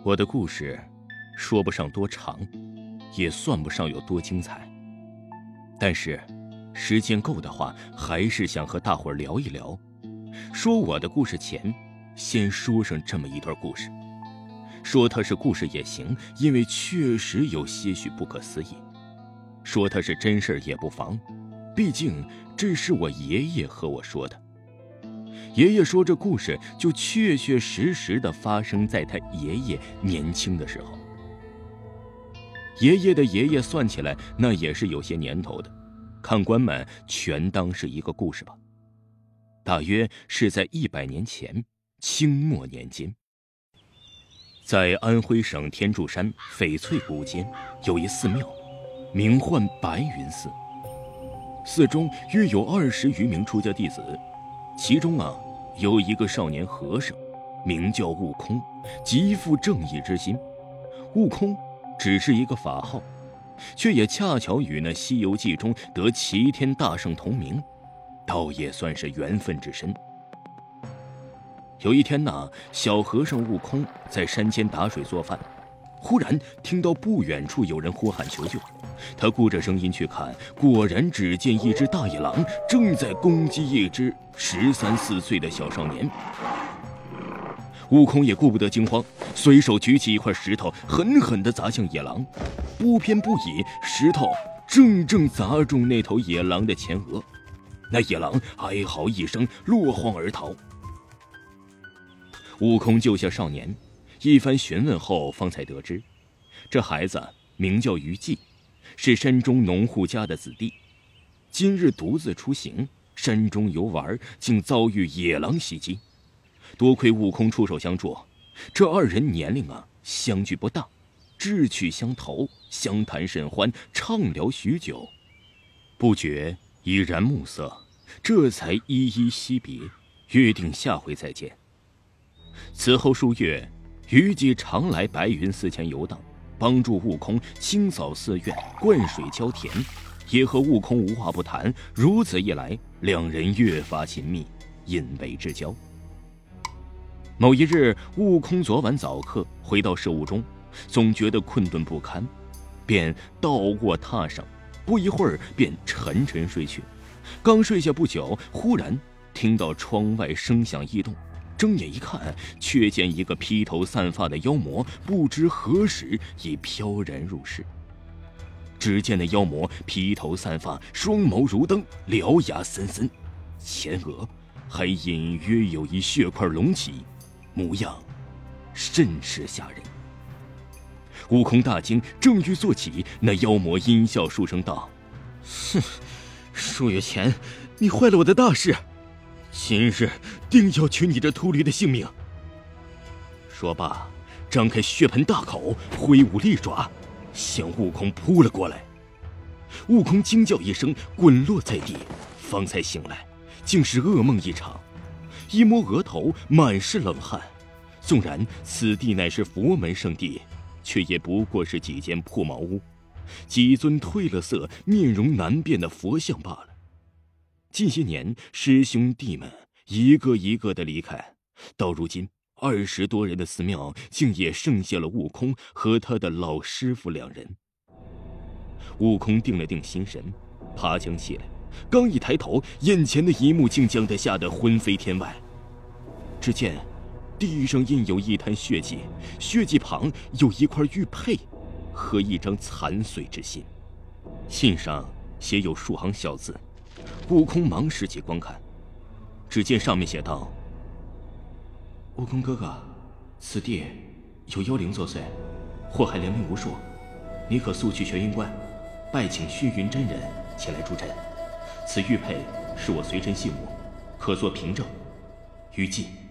我的故事说不上多长，也算不上有多精彩，但是时间够的话，还是想和大伙儿聊一聊。说我的故事前，先说上这么一段故事。说它是故事也行，因为确实有些许不可思议；说它是真事儿也不妨，毕竟这是我爷爷和我说的。爷爷说这故事就确确实实地发生在他爷爷年轻的时候。爷爷的爷爷算起来那也是有些年头的，看官们全当是一个故事吧。大约是在100年前，清末年间，在安徽省天柱山翡翠谷间有一寺庙，名唤白云寺。寺中约有20余名出家弟子，其中有一个少年和尚，名叫悟空，极富正义之心。悟空只是一个法号，却也恰巧与那《西游记》中得齐天大圣同名，倒也算是缘分之深。有一天小和尚悟空在山间打水做饭，忽然听到不远处有人呼喊求救。他顾着声音去看，果然只见一只大野狼正在攻击一只13、14岁的小少年。悟空也顾不得惊慌，随手举起一块石头，狠狠地砸向野狼。不偏不倚，石头正砸中那头野狼的前额，那野狼哀嚎一声，落荒而逃。悟空救下少年，一番询问后，方才得知，这孩子名叫于季，是山中农户家的子弟。今日独自出行，山中游玩，竟遭遇野狼袭击。多亏悟空出手相助，这2人年龄相距不大，志趣相投，相谈甚欢，畅聊许久，不觉已然暮色，这才依依惜别，约定下回再见。此后数月，于季常来白云寺前游荡，帮助悟空清扫寺院，灌水浇田，也和悟空无话不谈。如此一来，2人越发亲密，引为之交。某一日，悟空昨晚早课回到舍屋中，总觉得困顿不堪，便倒卧榻上，不一会儿便沉沉睡去。刚睡下不久，忽然听到窗外声响异动，睁眼一看，却见一个披头散发的妖魔，不知何时已飘然入室。只见那妖魔披头散发，双眸如灯，獠牙森森，前额还隐约有一血块隆起，模样甚是吓人。悟空大惊，正欲坐起，那妖魔阴笑数声道：“哼，数月前你坏了我的大事，今日定要取你这秃驴的性命。”说罢，张开血盆大口，挥舞利爪，向悟空扑了过来。悟空惊叫一声，滚落在地，方才醒来，竟是噩梦一场。一摸额头，满是冷汗。纵然此地乃是佛门圣地，却也不过是几间破茅屋，几尊褪了色、面容难辨的佛像罢了。近些年，师兄弟们一个一个的离开，到如今20多人的寺庙，竟也剩下了悟空和他的老师傅2人。悟空定了定心神，爬将起来，刚一抬头，眼前的一幕竟将他吓得魂飞天外。只见地上印有一滩血迹，血迹旁有一块玉佩和一张残碎之信，信上写有数行小字。悟空忙拾起观看，只见上面写道：“悟空哥哥，此地有妖灵作祟，祸害良民无数，你可速去玄云关，拜请虚云真人前来助阵。此玉佩是我随身信物，可作凭证。于禁。”